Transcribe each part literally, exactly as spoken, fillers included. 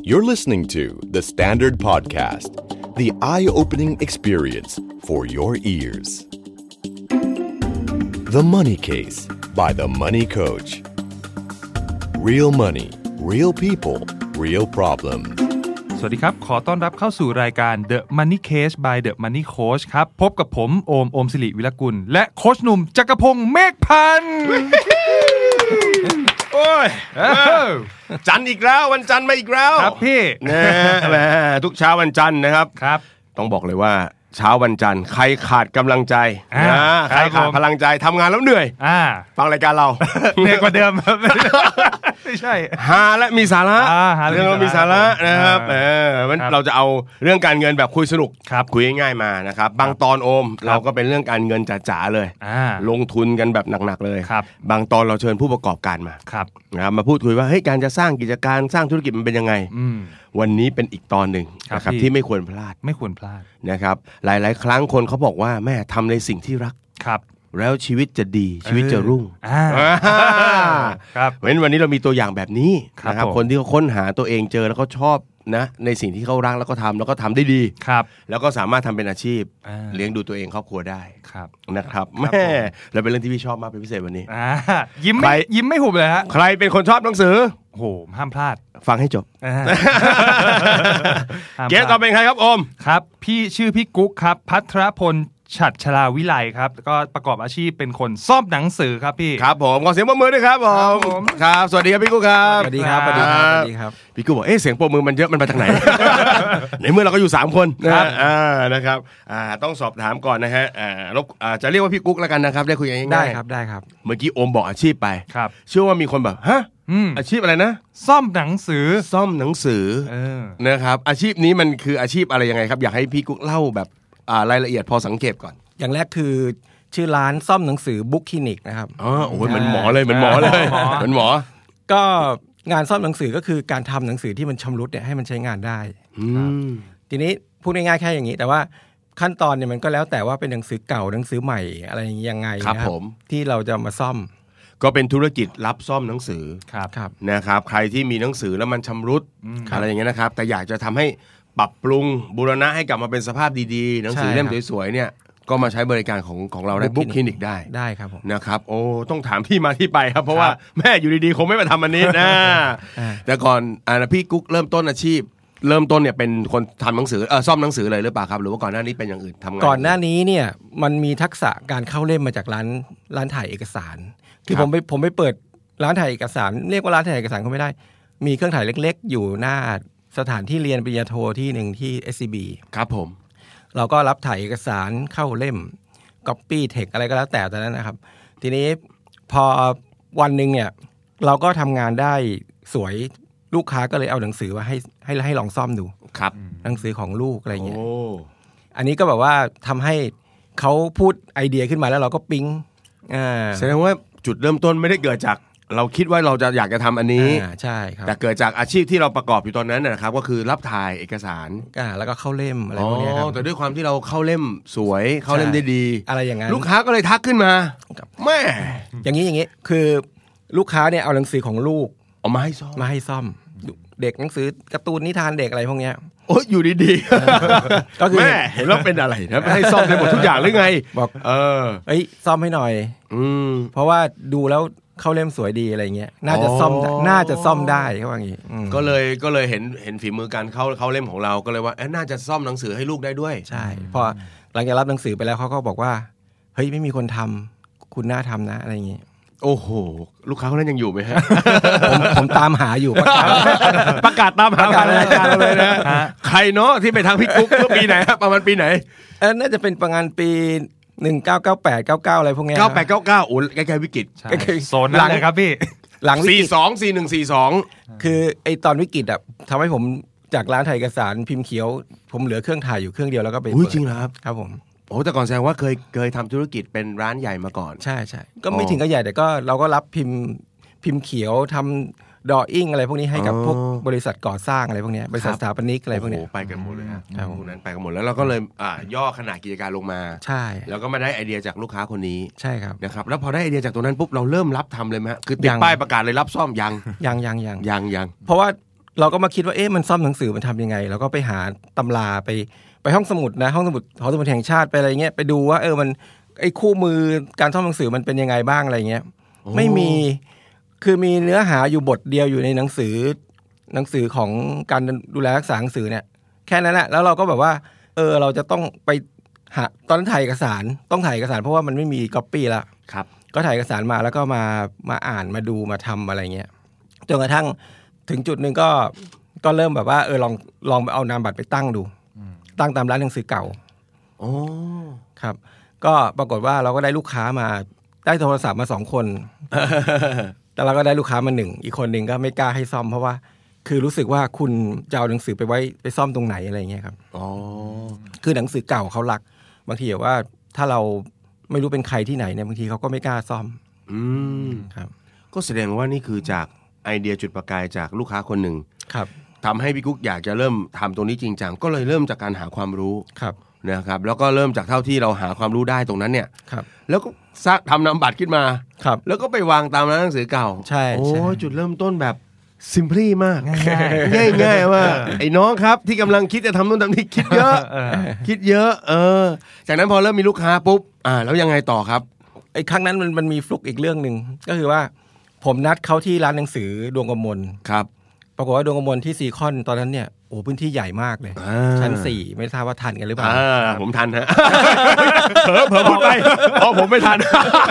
You're listening to The Standard Podcast, the eye-opening experience for your ears. The Money Case by The Money Coach. Real money, real people, real problem. สวัสดีครับขอต้อนรับเข้าสู่รายการ The Money Case by The Money Coach ครับพบกับผมโอมโอมศิริวิรกุลและโค้ชหนุ่มจักรพงษ์เมฆพันธ์โอ้ยจันทร์อีกแล้ววันจันทร์มาอีกแล้วครับพี่นะแหมทุกเช้าวันจันทร์นะครับครับต้องบอกเลยว่าเช้าวันจันทร์ใครขาดกำลังใจนะใครขาดพลังใจทำงานแล้วเหนื่อยฟังรายการเราเหนื่อยกว่าเดิมไม่ใช่ฮาและมีสาระเรื่องเรามีสาระนะครับเออเราจะเอาเรื่องการเงินแบบคุยสนุกคุยง่ายๆมานะครับบางตอนโอมเราก็เป็นเรื่องการเงินจ๋าๆเลยลงทุนกันแบบหนักๆเลยบางตอนเราเชิญผู้ประกอบการมานะครับมาพูดคุยว่าเฮ้ยการจะสร้างกิจการสร้างธุรกิจมันเป็นยังไงวันนี้เป็นอีกตอนหนึ่งนะครับที่ไม่ควรพลาดไม่ควรพลาดนะครับหลายๆครั้งคนเขาบอกว่าแม่ทำในสิ่งที่รักครับแล้วชีวิตจะดีชีวิตจะรุ่งครับเพราะฉะนั้นวันนี้เรามีตัวอย่างแบบนี้นะครับคนที่เขาค้นหาตัวเองเจอแล้วก็ชอบนะในสิ่งที่เขารักแล้วก็ทำแล้วก็ทำได้ดีครับแล้วก็สามารถทำเป็นอาชีพเลี้ยงดูตัวเองครอบครัวได้ครับนะครับแม่แล้วเป็นเรื่องที่พี่ชอบมากเป็นพิเศษวันนี้ยิ้มไม่ยิ้มไม่หุบเลยฮะใครเป็นคนชอบหนังสือโอ้โหห้ามพลาดฟังให้จบเกสต่อเป็นใครครับโอมครับพี่ชื่อพี่กุ๊กครับภัทรพลฉัตรชลาวิไลครับก็ประกอบอาชีพเป็นคนซ่อมหนังสือครับพี่ครับผมขอเสียงปรบมือด้วยครับผมครับสวัสดีครับพี่กุ๊กครับสวัสดีครับสวัสดีครับสวัสดีครับพี่กุ๊กบอกเอ๊ะเสียงปรบมือมันเยอะมันมาจากไหนในเมื่อเราก็อยู่สามคนนะครับอ่านะครับอ่าต้องสอบถามก่อนนะฮะอ่าอ่าจะเรียกว่าพี่กุ๊กแล้วกันนะครับได้คุยกันง่ายๆได้ครับได้ครับเมื่อกี้โอมบอกอาชีพไปครับเชื่อว่ามีคนแบบฮะอาชีพอะไรนะซ่อมหนังสือซ่อมหนังสือนะครับอาชีพนี้มันคืออาชีพอะไรยังไงครับอยากให้พี่กุ๊กเล่าแบบอ่ารายละเอียดพอสังเกตก่อนอย่างแรกคือชื่อร้านซ่อมหนังสือบุ๊กคลินิกนะครับอ๋อโอ้ยเหมือนหมอเลยเหมือนหมอเลยเหมือนหมอก็งานซ่อมหนังสือก็คือการทำหนังสือที่มันชำรุดเนี่ยให้มันใช้งานได้ทีนี้พูดง่ายๆแค่อย่างนี้แต่ว่าขั้นตอนเนี่ยมันก็แล้วแต่ว่าเป็นหนังสือเก่าหนังสือใหม่อะไรยังไงนะครับที่เราจะมาซ่อมก็เป็นธุรกิจรับซ่อมหนังสือครับนะครับใครที่มีหนังสือแล้วมันชำรุดอะไรอย่างเงี้ยนะครับแต่อยากจะทำให้ปรับปรุงบูรณะให้กลับมาเป็นสภาพดีๆหนังสือเล่มสวยๆเนี่ยก็มาใช้บริการของของเราได้บุ๊กคลินิกได้ได้ครับผมนะครับโอ้ต้องถามที่มาที่ไปครับเพราะว่าแม่อยู่ดีๆคงไม่มาทำอันนี้นะแต่ก่อนอ่าพี่กุ๊กเริ่มต้นอาชีพเริ่มต้นเนี่ยเป็นคนทำหนังสือเออซ่อมหนังสือเลยหรือเปล่าครับหรือว่าก่อนหน้านี้เป็นอย่างอื่นทำงานก่อนหน้านี้เนี่ยมันมีทักษะการเข้าเล่มมาจากร้านร้านถ่ายเอกสารคือผมไปผมไปเปิดร้านถ่ายเอกสารเรียกว่าร้านถ่ายเอกสารก็ไม่ได้มีเครื่องถ่ายเล็กๆอยู่หน้าสถานที่เรียนปริญญาโทที่หนึ่งที่ เอส ซี บีครับผมเราก็รับถ่ายเอกสารเข้าเล่มcopy text อะไรก็แล้วแต่ตอนนั้นนะครับทีนี้พอวันนึงเนี่ยเราก็ทำงานได้สวยลูกค้าก็เลยเอาหนังสือมาให้ให้ให้ลองซ่อมดูครับหนังสือของลูกอะไรเงี้ยอันนี้ก็แบบว่าทำให้เขาพูดไอเดียขึ้นมาแล้วเราก็ปิ๊งอ่าแสดงว่าจุดเริ่มต้นไม่ได้เกิดจากเราคิดว่าเราจะอยากจะทำอันนี้ใช่ครับแต่เกิดจากอาชีพที่เราประกอบอยู่ตอนนั้นนะครับก็คือรับถ่ายเอกสารอ่าแล้วก็เข้าเล่มอะไรพวกนี้ครับแต่ด้วยความที่เราเข้าเล่มสวยเข้าเล่มได้ดีอะไรอย่างนั้นลูกค้าก็เลยทักขึ้นมาแม่อย่างนี้อย่างนี้คือลูกค้าเนี่ยเอาหนังสือของลูกเอามาให้ซ่อมมาให้ซ่อมเด็กหนังสือการ์ตูนนิทานเด็กอะไรพวกนี้โอ้ยอยู่ดีๆก็คือแม่เห็นว่าเป็นอะไรนะให้ซ่อมได้หมดทุกอย่างหรือไงบอกเออเอ้ยซ่อมให้หน่อยอืมเพราะว่าดูแล้วเข้าเล่มสวยดีอะไรเงี้ยน่าจะซ่อมน่าจะซ่อมได้เขาว่าอย่างงี้ก็เลยก็เลยเห็นเห็นฝีมือการเข้าเข้าเล่มของเราก็เลยว่าเอ๊ะน่าจะซ่อมหนังสือให้ลูกได้ด้วยใช่พอหลังจากรับหนังสือไปแล้วเขาก็บอกว่าเฮ้ยไม่มีคนทำคุณน่าทำนะอะไรอย่างงี้โอ้โหลูกค้าคนนั้นยังอยู่ไหมฮะผมผมตามหาอยู่ประกาศประกาศตามหาการรายการเลยนะใครเนาะที่ไปทางพี่กุ๊กเมื่อปีไหนครับประมาณปีไหนเออน่าจะเป็นประมาณปีหนึ่งเก้าเก้าแปด เก้าเก้าอะไรพวกนี้เก้าแปด เก้าเก้าโอ้ใกล้ๆวิกฤตโซนนั้นเลยครับพี่หลังสี่สอง สี่หนึ่ง สี่สองคือไอตอนวิกฤตอ่ะทำให้ผมจากร้านถ่ายเอกสารพิมพ์เขียวผมเหลือเครื่องถ่ายอยู่เครื่องเดียวแล้วก็ไปเปิดจริงเหรอครับครับผมโอ้แต่ก่อนแสดงว่าเคยเคยทำธุรกิจเป็นร้านใหญ่มาก่อนใช่ใช่ก็ไม่ถึงกับใหญ่แต่ก็เราก็รับพิมพ์พิมพ์เขียวทำดออิ่งอะไรพวกนี้ให้กับพวกบริษัทก่อสร้างอะไรพวกนี้บริษัทสถาปนิกอะไรพวกนี้ไปกันหมดเลยครับพวกนั้นไปกันหมดแล้วเราก็เลยอ่าย่อขนาดกิจการลงมาใช่แล้วก็มาได้ไอเดียจากลูกค้าคนนี้ใช่ครับนะครับแล้วพอได้ไอเดียจากตรงนั้นปุ๊บเราเริ่มรับทำเลยไหมฮะคือติดป้ายประกาศเลยรับซ่อมยังยังยังยังยังยังเพราะว่าเราก็มาคิดว่าเอ๊ะมันซ่อมหนังสือมันทำยังไงเราก็ไปหาตำราไปไปห้องสมุดนะห้องสมุดหอสมุดแห่งชาติไปอะไรเงี้ยไปดูว่าเออมันไอ้คู่มือการซ่อมหนังสือมันเป็นยังไงบ้างอะไรเงี้ยไม่มีคือมีเนื้อหาอยู่บทเดียวอยู่ในหนังสือหนังสือของการดูแลรักษาหนังสือเนี่ยแค่นั้นแหละแล้วเราก็แบบว่าเออเราจะต้องไปหาตอนนั้นถ่ายเอกสารต้องถ่ายเอกสารเพราะว่ามันไม่มีก๊อปปี้ละครับก็ถ่ายเอกสารมาแล้วก็มามาอ่านมาดูมาทำอะไรเงี้ยจนกระทั่งถึงจุดหนึ่งก็ก็เริ่มแบบว่าเออลองลองเอานามบัตรไปตั้งดูตั้งตามร้านหนังสือเก่าโอ้ครับก็ปรากฏว่าเราก็ได้ลูกค้ามาได้โทรศัพท์มาสองคน แต่เราก็ได้ลูกค้ามาหนึ่งอีกคนหนึ่งก็ไม่กล้าให้ซ่อมเพราะว่าคือรู้สึกว่าคุณจะเอาหนังสือไปไว้ไปซ่อมตรงไหนอะไรเงี้ยครับอ๋อคือหนังสือเก่าเขารักบางทีแบบว่าถ้าเราไม่รู้เป็นใครที่ไหนเนี่ยบางทีเขาก็ไม่กล้าซ่อมอืมครับก็แสดงว่านี่คือจากไอเดียจุดประกายจากลูกค้าคนหนึ่งครับทำให้พี่กุ๊กอยากจะเริ่มทำตรงนี้จริงจังก็เลยเริ่มจากการหาความรู้ครับนะครับแล้วก็เริ่มจากเท่าที่เราหาความรู้ได้ตรงนั้นเนี่ยครับแล้วก็ทำนามบัตรขึ้นมาครับแล้วก็ไปวางตามร้านหนังสือเก่าใช่โอ้จุดเริ่มต้นแบบซิมพลีมากง่ายง่ายว่าไอ้น้องครับที่กำลังคิดจะทำนู่นทำนี่คิดเยอะคิดเยอะเออจากนั้นพอเริ่มมีลูกค้าปุ๊บอ่าแล้วยังไงต่อครับไอ้ครั้งนั้นมันมันมีฟลุกอีกเรื่องนึงก็คือว่าผมนัดเขาที่ร้านหนังสือดวงกมลครับปรากฏว่าดวงกมลที่ซีคอนตอนนั้นเนี่ยโอ้พื้นที่ใหญ่มากเลยชั้นสี่ไม่ทราบว่าทันกันหรือเปล่าผมทันฮะเผลอเผลอพูดไปอ๋อผมไม่ทัน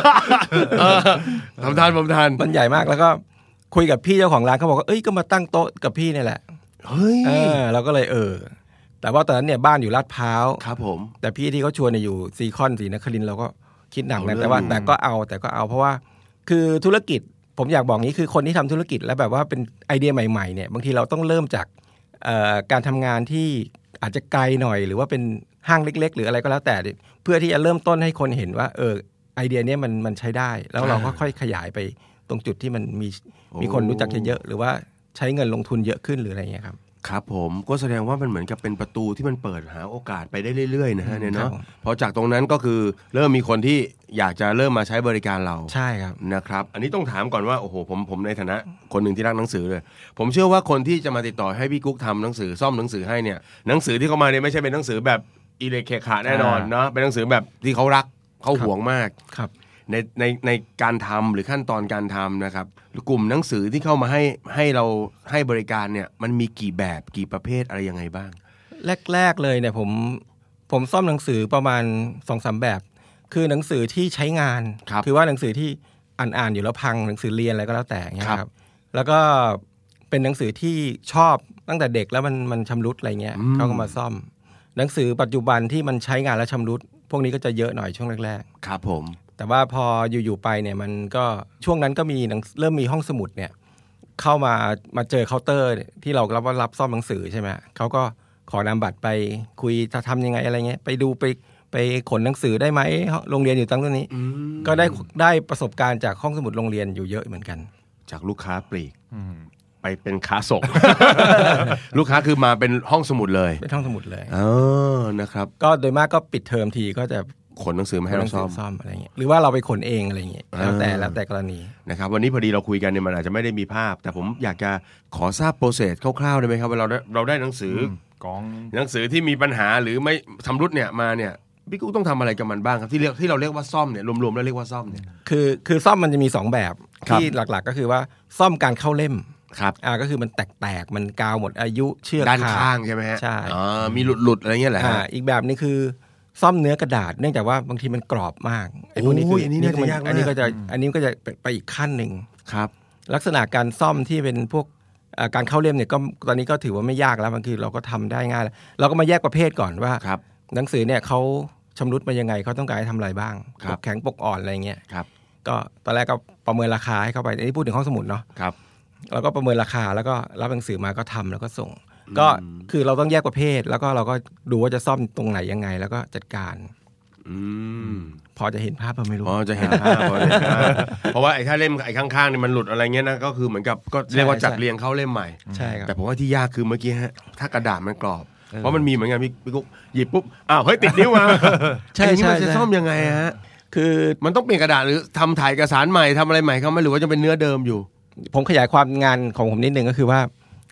ผมทันผมทันมันใหญ่มากแล้วก็คุยกับพี่เจ้าของร้านเขาบอกว่าเอ้ยก็มาตั้งโต๊ะกับพี่นี่แหละเฮ้ยเออเราก็เลยเออแต่ว่าตอนนั้นเนี่ยบ้านอยู่ลาดพร้าวครับผมแต่พี่ที่เขาชวนเนี่ยอยู่ซีคอนศรีนครินทร์เราก็คิดหนักนะแต่ว่าแต่ก็เอาแต่ก็เอาเพราะว่าคือธุรกิจผมอยากบอกงี้คือคนที่ทำธุรกิจแล้วแบบว่าเป็นไอเดียใหม่ๆเนี่ยบางทีเราต้องเริ่มจากการทำงานที่อาจจะไกลหน่อยหรือว่าเป็นห้างเล็กๆหรืออะไรก็แล้วแต่เพื่อที่จะเริ่มต้นให้คนเห็นว่าเออไอเดียนี้มันมันใช้ได้แล้วเราก็ค่อยขยายไปตรงจุดที่มันมีมีคนรู้จักเยอะๆหรือว่าใช้เงินลงทุนเยอะขึ้นหรืออะไรเงี้ยครับครับผมก็แสดงว่ามันเหมือนกับเป็นประตูที่มันเปิดหาโอกาสไปได้เรื่อยๆนะฮะเนี่ยเนาะพอจากตรงนั้นก็คือเริ่มมีคนที่อยากจะเริ่มมาใช้บริการเราใช่ครับนะครับอันนี้ต้องถามก่อนว่าโอ้โหผมผมในฐานะคนหนึ่งที่รักหนังสือเลยผมเชื่อว่าคนที่จะมาติดต่อให้พี่กุ๊กทำหนังสือซ่อมหนังสือให้เนี่ยหนังสือที่เขามาเนี่ยไม่ใช่เป็นหนังสือแบบอิเล็กเคขาแน่นอนเนาะเป็นหนังสือแบบที่เขารักเขาหวงมากครับในในในการทำหรือขั้นตอนการทำนะครับกลุ่มหนังสือที่เข้ามาให้ให้เราให้บริการเนี่ยมันมีกี่แบบกี่ประเภทอะไรยังไงบ้างแรกๆเลยเนี่ยผมผมซ่อมหนังสือประมาณ สองสาม แบบคือหนังสือที่ใช้งานคือว่าหนังสือที่อ่านอ่านอยู่แล้วพังหนังสือเรียนอะไรก็แล้วแต่เงี้ยครับแล้วก็เป็นหนังสือที่ชอบตั้งแต่เด็กแล้วมันมันชำรุดอะไรเงี้ยเขาก็มาซ่อมหนังสือปัจจุบันที่มันใช้งานแล้วชำรุดพวกนี้ก็จะเยอะหน่อยช่วงแรกๆครับผมแต่ว่าพออยู่ๆไปเนี่ยมันก็ช่วงนั้นก็มีเริ่มมีห้องสมุดเนี่ยเข้ามามาเจอเคาน์เตอร์ที่เรารับว่ารับซ่อมหนังสือใช่ไหมเขาก็ขอนำบัตรไปคุยจะทำยังไงอะไรเงี้ยไปดูไปไปขนหนังสือได้ไหมโรงเรียนอยู่ตั้งตรงนี้ก็ได้ได้ประสบการณ์จากห้องสมุดโรงเรียนอยู่เยอะเหมือนกันจากลูกค้าปลีกไปเป็นค้าส่ง ลูกค้าคือมาเป็นห้องสมุดเลยเป็นห้องสมุดเลยอ๋อนะครับก็โดยมากก็ปิดเทอมทีก็จะขนหนังสือมาให้เราซ่อมซ่อมอะไรเงี้ยหรือว่าเราไปขนเองอะไรเงี้ยแล้วแต่แล้วแต่กรณีนะครับวันนี้พอดีเราคุยกันเนี่ยมันอาจจะไม่ได้มีภาพแต่ผมอยากจะขอทราบโปรเซสคร่าวๆได้ไหมครับว่าเราได้เราได้หนังสือกองหนังสือที่มีปัญหาหรือไม่ชำรุดเนี่ยมาเนี่ยพี่กุ๊กต้องทำอะไรกับมันบ้างครับที่เรียกที่เราเรียกว่าซ่อมเนี่ยรวมๆแล้วเรียกว่าซ่อมเนี่ยคือคือซ่อมมันจะมีสองแบบที่หลักๆก็คือว่าซ่อมการเข้าเล่มครับอ่าก็คือมันแตกๆมันกาวหมดอายุเชือกด้านข้างใช่ไหมฮะใช่อ๋อมีหลุดๆอะไรเงี้ยแหละอ่าอีกแบบนึงคือซ่อมเนื้อกระดาษเนื่องจากว่าบางทีมันกรอบมากไอ้พวกนี้คืออันนี้น่าจะยากมากอันนี้ก็จะอันนี้ก็จะไปอีกขั้นหนึ่งครับลักษณะการซ่อมที่เป็นพวกการเข้าเล่มเนี่ยก็ตอนนี้ก็ถือว่าไม่ยากแล้วบางทีเราก็ทำได้ง่ายแล้วเราก็มาแยกประเภทก่อนว่าหนังสือเนี่ยเขาชำรุดมายังไงเขาต้องการให้ทำอะไรบ้างปกแข็งปกอ่อนอะไรเงี้ยก็ตอนแรกก็ประเมินราคาให้เข้าไปอันนี้พูดถึงห้องสมุดเนาะเราก็ประเมินราคาแล้วก็รับหนังสือมาก็ทำแล้วก็ส่งก็คือเราต้องแยกประเภทแล้วก็เราก็ดูว่าจะซ่อมตรงไหนยังไงแล้วก็จัดการอืมพอจะเห็นภาพเราไม่รู้พอจะเห็นภาพพอจะเห็นภาพเพราะว่าไอ้ถ้าเล่มไอ้ข้างๆนี่มันหลุดอะไรเงี้ยนะก็คือเหมือนกับก็เรียกว่าจัดเรียงเข้าเล่มใหม่ใช่ครับแต่ผมว่าที่ยากคือเมื่อกี้ฮะถ้ากระดาษมันกรอบเพราะมันมีเหมือนกันพี่พี่กุ๊กหยิบปุ๊บอ้าวเฮ้ยติดนิ้วมาใช่ใช่มันจะซ่อมยังไงฮะคือมันต้องเปลี่ยนกระดาษหรือทำถ่ายเอกสารใหม่ทำอะไรใหม่เขาไหมหรือว่าจะเป็นเนื้อเดิมอยู่ผมขยายความงานของผมนิดนึงก็คือว่า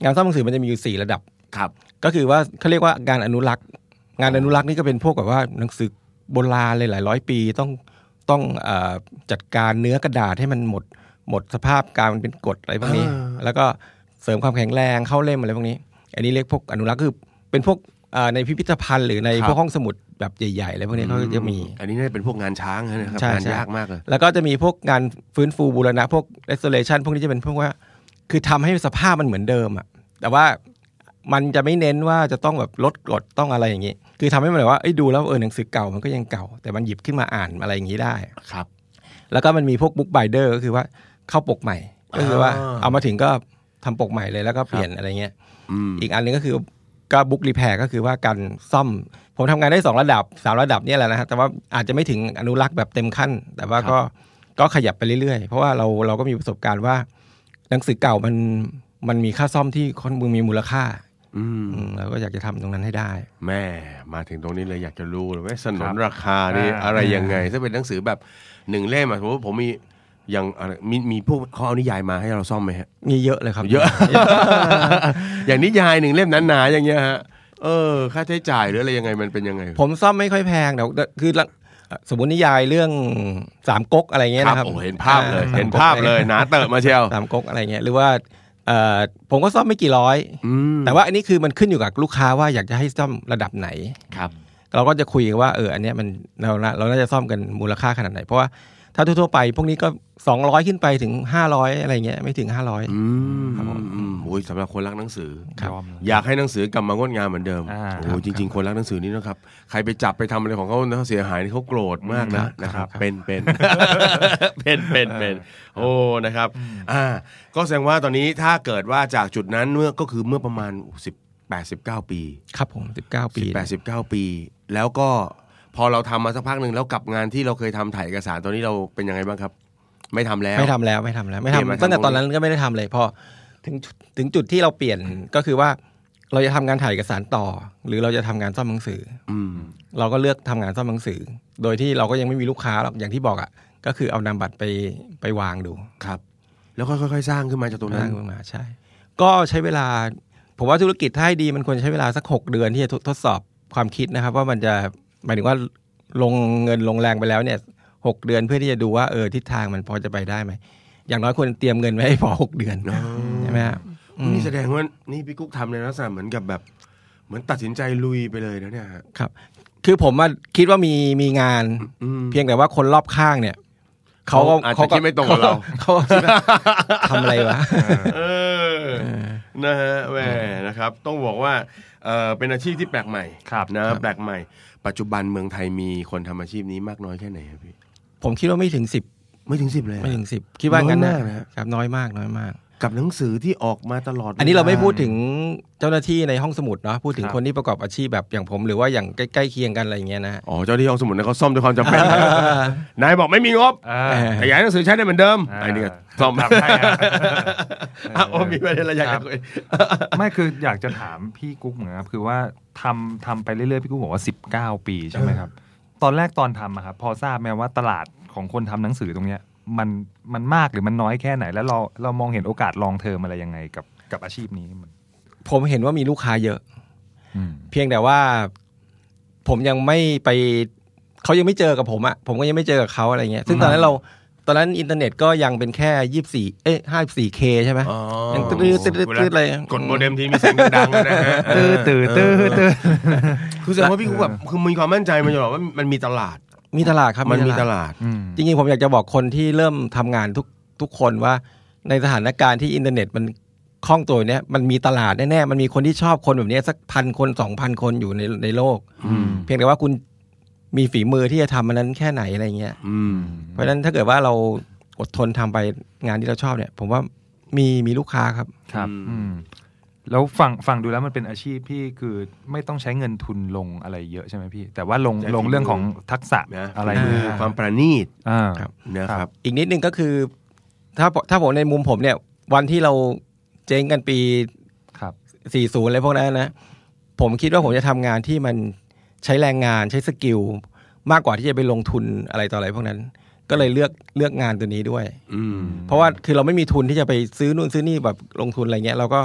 งานซ่อมหนังสือมันจะมีอยู่สี่ระดับครับก็คือว่าเขาเรียกว่าการอนุรักษ์งานอนุรักษ์นี่ก็เป็นพวกแบบว่าหนังสือโบราณเลยหลายร้อยปีต้องต้องเอ่อจัดการเนื้อกระดาษให้มันหมดหมดสภาพการมันเป็นกรดอะไรพวกนี้แล้วก็เสริมความแข็งแรงเข้าเล่มอะไรพวกนี้อันนี้เรียกพวกอนุรักษ์คือเป็นพวกในพิพิธภัณฑ์หรือในพวกห้องสมุดแบบใหญ่ๆอะไรพวกนี้เขาจะมีอันนี้น่าจะเป็นพวกงานช้างนะครับงานยากมากเลยแล้วก็จะมีพวกงานฟื้นฟูบูรณะพวก restoration พวกนี้จะเป็นพวกว่าคือทำให้สภาพมันเหมือนเดิมอ่ะแต่ว่ามันจะไม่เน้นว่าจะต้องแบบลดกรดต้องอะไรอย่างนี้คือทำให้มันแบบว่าดูแล้วเออหนังสือเก่ามันก็ยังเก่าแต่มันหยิบขึ้นมาอ่านอะไรอย่างนี้ได้ครับแล้วก็มันมีพวกบุ๊กไบเดอร์ก็คือว่าเข้าปกใหม่ก็คือว่าเอามาถึงก็ทำปกใหม่เลยแล้วก็เปลี่ยนอะไรเงี้ยอีกอันนึงก็คือก็บุ๊กรีแพร์ก็คือว่าการซ่อมผมทำงานได้สองระดับสามระดับเนี่ยแหละนะฮะแต่ว่าอาจจะไม่ถึงอนุรักษ์แบบเต็มขั้นแต่ว่าก็ก็ขยับไปเรื่อยๆเพราะว่าเราเราก็มีประสบการณ์ว่าหนังสือเก่ามันมันมีค่าซ่อมที่ค่อนข้างมีมูลค่าเราก็อยากจะทำตรงนั้นให้ได้แม่มาถึงตรงนี้เลยอยากจะรู้เลยว่าสนนราคานี่อะไรยังไงถ้าเป็นหนังสือแบบหนึ่งเล่มสมมติผมมีอย่างมีมีพวกเขาเอานิยายมาให้เราซ่อมไหมฮะมีเยอะเลยครับเยอะ อย่างนิยายหนึ่งเล่มหนาๆอย่างเงี้ยฮะเออค่าใช้จ่ายหรืออะไรยังไงมันเป็นยังไงผมซ่อมไม่ค่อยแพงแต่คือสมมุตินิยายเรื่องสามก๊กอะไรเงี้ยนะครับโอ้เห็นภาพเลยเห็นภาพเลยหนาเติบมาเชียวสามก๊กอะไรเงี้ยหรือว่าเอ่อผมก็ซ่อมไม่กี่ร้อยแต่ว่าอันนี้คือมันขึ้นอยู่กับลูกค้าว่าอยากจะให้ซ่อมระดับไหนครับเราก็จะคุยกันว่าเอออันเนี้ยมันเราเราน่าจะซ่อมกันมูลค่าขนาดไหนเพราะว่าถ้าทั่วๆไปพวกนี้ก็สองร้อยขึ้นไปถึงห้าร้อยอะไรเงี้ยไม่ถึงห้าร้อยอืมครับผมโอ้ยสำหรับคนรักหนังสืออยากให้หนังสือกลับมางดงามเหมือนเดิมโอ้จริงๆคนรักหนังสือนี่นะครับใครไปจับไปทำอะไรของเขาเขาเสียหายเขาโกรธมากนะนะครับเป็นเป็นเป็นเป็นเป็นโอ้นะครับอ่าก็แสดงว่าตอนนี้ถ้าเกิดว่าจากจุดนั้นเมื่อก็คือเมื่อประมาณสิบแปด สิบเก้าปีครับผมสิบเก้าปีสิบแปด สิบเก้าปีแล้วก็พอเราทำมาสักพักหนึ่งแล้วกับงานที่เราเคยทำถ่ายเอกสารตอนนี้เราเป็นยังไงบ้างครับไม่ทำแล้วไม่ทำแล้วไม่ทำแล้วไม่ทำตั้งแต่ตอนนั้นก็ไม่ได้ทำเลยพอถึงถึงจุดที่เราเปลี่ยนก็คือว่าเราจะทำงานถ่ายเอกสารต่อหรือเราจะทำงานซ่อมหนังสือเราก็เลือกทำงานซ่อมหนังสือโดยที่เราก็ยังไม่มีลูกค้าหรอกอย่างที่บอกอ่ะก็คือเอานามบัตรไปไปวางดูครับแล้วค่อยๆสร้างขึ้นมาจากตรงนั้นขึ้นมาใช่ก็ใช้เวลาผมว่าธุรกิจถ้าให้ดีมันควรใช้เวลาสักหกเดือนที่จะทดสอบความคิดนะครับว่ามันจะหมายถึงว่าลงเงินลงแรงไปแล้วเนี่ยหกเดือนเพื่อที่จะดูว่าเออทิศทางมันพอจะไปได้ไหมอย่างน้อยควรเตรียมเงินไว้ให้พอหกเดือนใช่ไหมครับนี่แสดงว่านี่พี่กุ๊กทำในลักษณะเหมือนกับแบบเหมือนตัดสินใจลุยไปเลยนะเนี่ยครับคือผมมาคิดว่ามีมีงานเพียงแต่ว่าคนรอบข้างเนี่ยเขาก็เขาคิดไม่ตรงกับเราเขาทำอะไรวะเออนะฮะแหมนะครับต้องบอกว่าเออเป็นอาชีพที่แปลกใหม่นะแปลกใหม่ปัจจุบันเมืองไทยมีคนทำอาชีพนี้มากน้อยแค่ไหนครับพี่ผมคิดว่าไม่ถึงสิบไม่ถึงสิบเลยไม่ถึงสิบคิดว่างั้นนะครับน้อยมากน้อยมากกับหนังสือที่ออกมาตลอดอันนี้เราไม่พูดถึงเจ้าหน้าที่ในห้องสมุดเนาะพูดถึงคนที่ประกอบอาชีพแบบอย่างผมหรือว่าอย่างใกล้ๆเคียงกันอะไรอย่างเงี้ยนะอ๋อเจ้าที่ห้องสมุดเนี่ยเขาซ่อมด้วยความจำเป็นนายบอกไม่มีงบแต่อยากให้หนังสือใช้ได้เหมือนเดิมไอ้นี่ซ่อมได้อ่ะโอ้มีประเด็นอะไรอยากจะคุยไม่คืออยากจะถามพี่กุ๊กเหมือนกันครับคือว่าทำทำไปเรื่อยๆพี่กุ๊กบอกว่าสิบเก้าปีใช่ไหมครับตอนแรกตอนทำอะครับพอทราบไหมว่าตลาดของคนทำหนังสือตรงเนี้ยมันมันมากหรือมันน้อยแค่ไหนแล้วเราเรามองเห็นโอกาสลองเทอมอะไรยังไงกับกับอาชีพนี้มันผมเห็นว่ามีลูกค้าเยอะเพียงแต่ว่าผมยังไม่ไปเขายังไม่เจอกับผมอ่ะผมก็ยังไม่เจอกับเขาอะไรเงี้ยซึ่งตอนนั้นเราตอนนั้นอินเทอร์เน็ตก็ยังเป็นแค่ยี่สิบสี่เอ๊ะห้าสิบสี่เคใช่ไหมยังตื้อตื้อตื้ออะไรกดโมเด็มที่มีเสียงดังๆนะฮะตื้อตื้อตื้อตื้อคือแสดงว่าพี่กุ๊กแบบคือมีความมั่นใจมันจะบอกว่ามันมีตลาดมีตลาดครับมันมีตลาดจริงๆผมอยากจะบอกคนที่เริ่มทำงานทุกทุกคนว่าในสถานการณ์ที่อินเทอร์เน็ตมันคล่องตัวเนี้ยมันมีตลาดแน่ๆมันมีคนที่ชอบคนแบบนี้สักพันคนสองพันคนอยู่ในในโลกเพียงแต่ว่าคุณมีฝีมือที่จะทำมันนั้นแค่ไหนอะไรเงี้ยเพราะฉะนั้นถ้าเกิดว่าเราอดทนทำไปงานที่เราชอบเนี่ยผมว่ามีมีลูกค้าครับครับแล้วฟังฟังดูแล้วมันเป็นอาชีพที่คือไม่ต้องใช้เงินทุนลงอะไรเยอะใช่ไหมพี่แต่ว่าลงลงเรื่องของทักษะอะไรความประณีตนะครับอีกนิดนึงก็คือถ้าถ้าผมในมุมผมเนี่ยวันที่เราเจ๊งกันปีสี่สิบอะไรพวกนั้นนะผมคิดว่าผมจะทำงานที่มันใช้แรงงานใช้สกิลมากกว่าที่จะไปลงทุนอะไรต่ออะไรพวกนั้นก็เลยเลือกเลือกงานตัวนี้ด้วยเพราะว่าคือเราไม่มีทุนที่จะไปซื้อนู่นซื้อนี่แบบลงทุนอะไรเงี้ยเราก็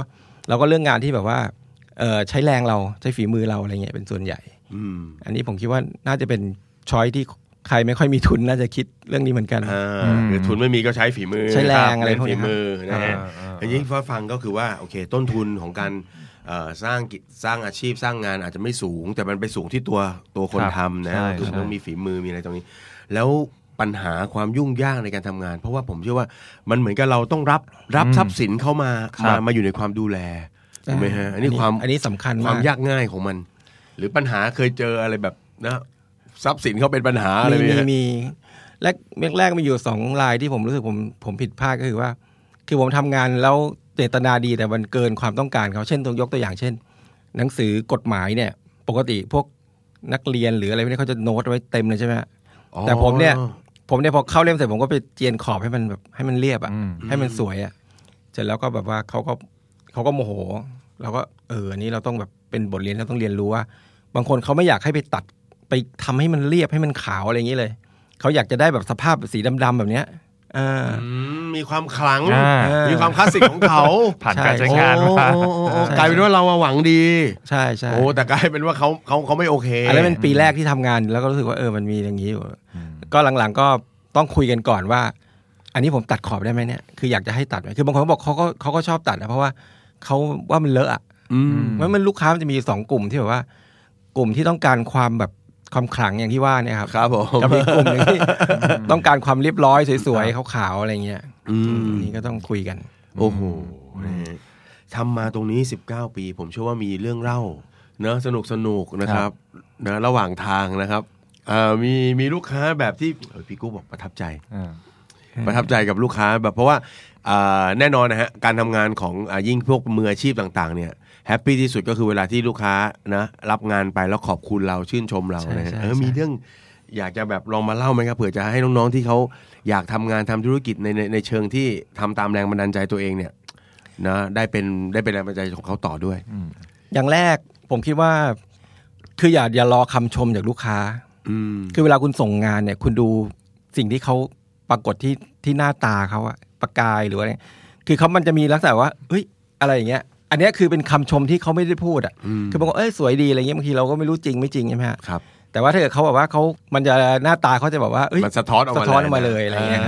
แล้วก็เรื่องงานที่แบบว่าเออใช้แรงเราใช้ฝีมือเราอะไรเงี้ยเป็นส่วนใหญ่อันนี้ผมคิดว่าน่าจะเป็นช้อยที่ใครไม่ค่อยมีทุนน่าจะคิดเรื่องนี้เหมือนกันคือทุนไม่มีก็ใช้ฝีมือใช้แรงอะไรพวกนี้ฝีมือนะฮะอันนี้พอฟังก็คือว่าโอเคต้นทุนของการสร้างสร้างอาชีพสร้างงานอาจจะไม่สูงแต่มันไปสูงที่ตัวตัวคนทำนะคือต้องมีฝีมือมีอะไรตรงนี้แล้วปัญหาความยุ่งยากในการทำงานเพราะว่าผมเชื่อว่ามันเหมือนกับเราต้องรับรับทรัพย์สินเข้ามามามาอยู่ในความดูแลถูกไหมฮะอันนี้ความอันนี้สำคัญมากความยากง่ายของมันหรือปัญหาเคยเจออะไรแบบนะทรัพย์สินเขาเป็นปัญหาอะไรมีมีแรกแรกมีอยู่สองรายที่ผมรู้สึกผมผมผิดพลาดก็คือว่าคือผมทำงานแล้วเจตนาดีแต่มันเกินความต้องการเขาเช่นตัวยกตัวอย่างเช่นหนังสือกฎหมายเนี่ยปกติพวกนักเรียนหรืออะไรพวกนี้เขาจะโน้ตไว้เต็มเลยใช่ไหมแต่ผมเนี่ยผมเนี่ยพอเข้าเล่มเสร็จผมก็ไปเจียนขอบให้มันแบบให้มันเรียบอ่ะให้มันสวยอ่ะเสร็จแล้วก็แบบว่าเขาก็เขาก็โมโหเราก็เอออันนี้เราต้องแบบเป็นบทเรียนเราต้องเรียนรู้ว่าบางคนเขาไม่อยากให้ไปตัดไปทำให้มันเรียบให้มันขาวอะไรอย่างนี้เลยเขาอยากจะได้แบบสภาพสีดำๆแบบเนี้ยมีความขลังมีความคลาสสิกของเขาผ่านการใช้งานมากลายเป็นว่าเราหวังดีใช่ใช่โอ้แต่กลายเป็นว่าเขาเขาเขาไม่โอเคอะไรเป็นปีแรกที่ทำงานแล้วก็รู้สึกว่าเออมันมีอย่างนี้อยู่ก็หลังๆก็ต้องคุยกันก่อนว่าอันนี้ผมตัดขอบได้ไหมเนี่ยคืออยากจะให้ตัดไหมคือบางคนบอกเขาก็เขาก็ชอบตัดนะเพราะว่าเขาว่ามันเลอะอ่ะมันมันลูกค้ามันจะมีสองกลุ่มที่แบบว่ากลุ่มที่ต้องการความแบบความขลังอย่างที่ว่าเนี่ยครับครับผมกับอีกกลุ่มนึงที่ต้องการความเรียบร้อยสวยๆขาวๆอะไรเงี้ยนี่ก็ต้องคุยกันโอ้โหทำมาตรงนี้สิบเก้าปีผมเชื่อว่ามีเรื่องเล่าเนอะสนุกสนุกนะครับนะระหว่างทางนะครับมีมีลูกค้าแบบที่พี่กู้บอกประทับใจประทับใจกับลูกค้าแบบเพราะว่าแน่นอนนะฮะการทำงานของยิ่งพวกมืออาชีพต่างๆเนี่ยแฮปปี้ที่สุดก็คือเวลาที่ลูกค้านะรับงานไปแล้วขอบคุณเราชื่นชมเรานะฮะเออมีเรื่องอยากจะแบบลองมาเล่าไหมครับเผื่อจะให้น้องๆที่เขาอยากทำงานทำธุรกิจในในในเชิงที่ทำตามแรงบันดาลใจตัวเองเนี่ยนะได้เป็นได้เป็นแรงบันดาลใจของเขาต่อด้วยอย่างแรกผมคิดว่าคืออย่าอย่ารอคำชมจากลูกค้าคือเวลาคุณส่งงานเนี่ยคุณดูสิ่งที่เขาปรากฏที่ที่หน้าตาเขาอะประกายหรืออะไรคือเขามันจะมีลักษณะว่าเฮ้ยอะไรอย่างเงี้ยอันนี้คือเป็นคำชมที่เขาไม่ได้พูดอ่ะคือบางคนเอ้ยสวยดีอะไรเงี้ยบางทีเราก็ไม่รู้จริงไม่จริงใช่ไหมครับแต่ว่าถ้าเกิดเขาบอกว่าเขามันจะหน้าตาเขาจะบอกว่าเอ้ยมันสะท้อนออกมาสะท้อนออกมาเลยอะไรเงี้ย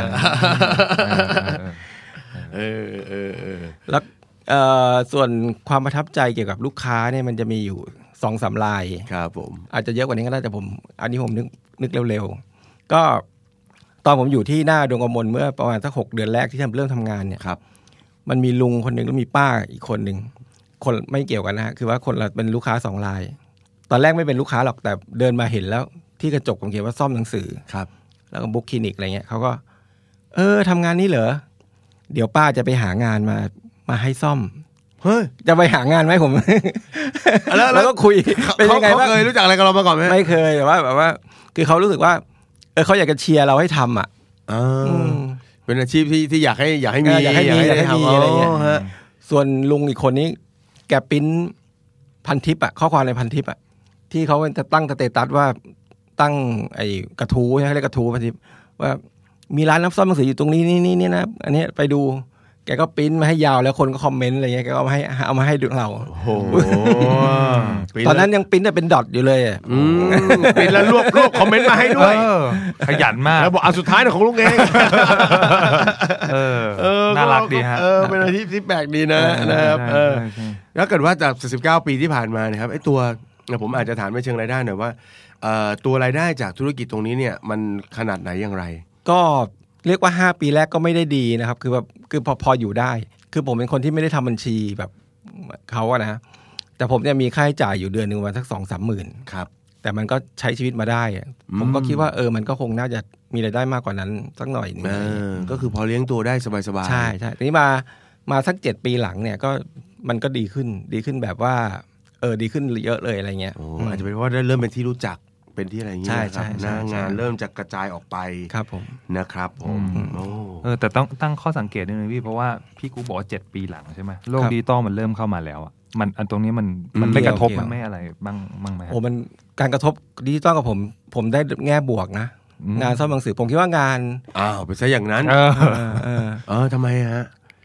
เออเออเออแล้วส่วนความประทับใจเกี่ยวกับลูกค้าเนี่ยมันจะมีอยู่สองสามรายครับผมอาจจะเยอะกว่านี้ก็ได้แต่ผมอันนี้ผมนึกนึกเร็วๆก็ตอนผมอยู่ที่หน้าดวงกมลเมื่อประมาณสักหกเดือนแรกที่เริ่มทำงานเนี่ยครับมันมีลุงคนหนึ่งแล้วมีป้าอีกคนหนึ่งคนไม่เกี่ยวกันนะฮะคือว่าคนเราเป็นลูกค้าสองรายตอนแรกไม่เป็นลูกค้าหรอกแต่เดินมาเห็นแล้วที่กระจกผมเขียนว่าซ่อมหนังสือครับแล้วก็บุ๊กคลินิกอะไรเงี้ยเขาก็เออทำงานนี้เหรอเดี๋ยวป้าจะไปหางานมามาให้ซ่อมเฮ้ยจะไปหางานไหมผมแล้วก็คุยเป็นยังไงบ้างเคยรู้จักอะไรกับเรามาก่อนไหมไม่เคยแต่ว่าแบบว่าคือเขารู้สึกว่าเออเขาอยากจะเชียร์เราให้ทำอ่ะเป็นอาชีพที่ที่อยากให้อยากให้มีอยากให้มีอยากให้มีอะไรเงี้ยส่วนลุงอีกคนนี้แกปริ้นพันทิปอ่ะข้อความในพันทิปอ่ะที่เขาจะตั้งสเตตัสว่าตั้งไอ้กระทู้ใช่ไหมเรียกกระทู้พันทิปว่ามีร้านน้ำซ่อมหนังสืออยู่ตรงนี้นี่นี่นี่นะอันนี้ไปดูแกก็ปริ้นมาให้ยาวแล้วคนก็คอมเมนต์อะไรเงี้ยแกก็เอามาให้เอามาให้ดูเราตอนนั้นยังปริ้นแต่เป็นดอทอยู่เลยอ่ะปริ้นแล้วรวบรวบคอมเมนต์มาให้ด้วยขยันมากแล้วบอกอันสุดท้ายของลุงเองน่ารักดีฮะเออเป็นอาชีพที่แปลกดีนะนะครับเออแล้วเกิดว่าจากสิบเก้าปีที่ผ่านมานะครับไอ้ตัวผมอาจจะถามในเชิงรายได้หน่อยว่าตัวรายได้จากธุรกิจตรงนี้เนี่ยมันขนาดไหนอย่างไรก็เรียกว่าห้าปีแรกก็ไม่ได้ดีนะครับคือแบบคือพอพออยู่ได้คือผมเป็นคนที่ไม่ได้ทำบัญชีแบบเขาอะนะแต่ผมเนี่ยมีค่าใช้จ่ายอยู่เดือนนึงประมาณสักสองสามหมื่นครับแต่มันก็ใช้ชีวิตมาได้ผมก็คิดว่าเออมันก็คงน่าจะมีรายได้มากกว่านั้นสักหน่อยนึงก็คือพอเลี้ยงตัวได้สบายๆใช่ใช่ทีนี้มามาสักเจ็ดปีหลังเนี่ยก็มันก็ดีขึ้นดีขึ้นแบบว่าเออดีขึ้นเยอะเลยอะไรเงี้ยอาจจะเป็นเพราะว่าได้เริ่มเป็นที่รู้จักเป็นที่อะไรอย่างเงี้ยครับหน้างานเริ่มจะกระจายออกไปครับผมนะครับผมเออแต่ต้องตั้งข้อสังเกตนิดนึงพี่เพราะว่าพี่กูบอกว่าเจ็ดปีหลังใช่ไหมโลกดิจิตอลมันเริ่มเข้ามาแล้วอ่ะมันอันตรงนี้มันมันไม่กระทบมันไม่อะไรบ้างบ้างไหมโอ้มันการกระทบดิจิตอลกับผมผมได้แง่บวกนะงานซ่อมหนังสือผมคิดว่างานอ้าวไปซะอย่างนั้นเออเออทำไมฮะ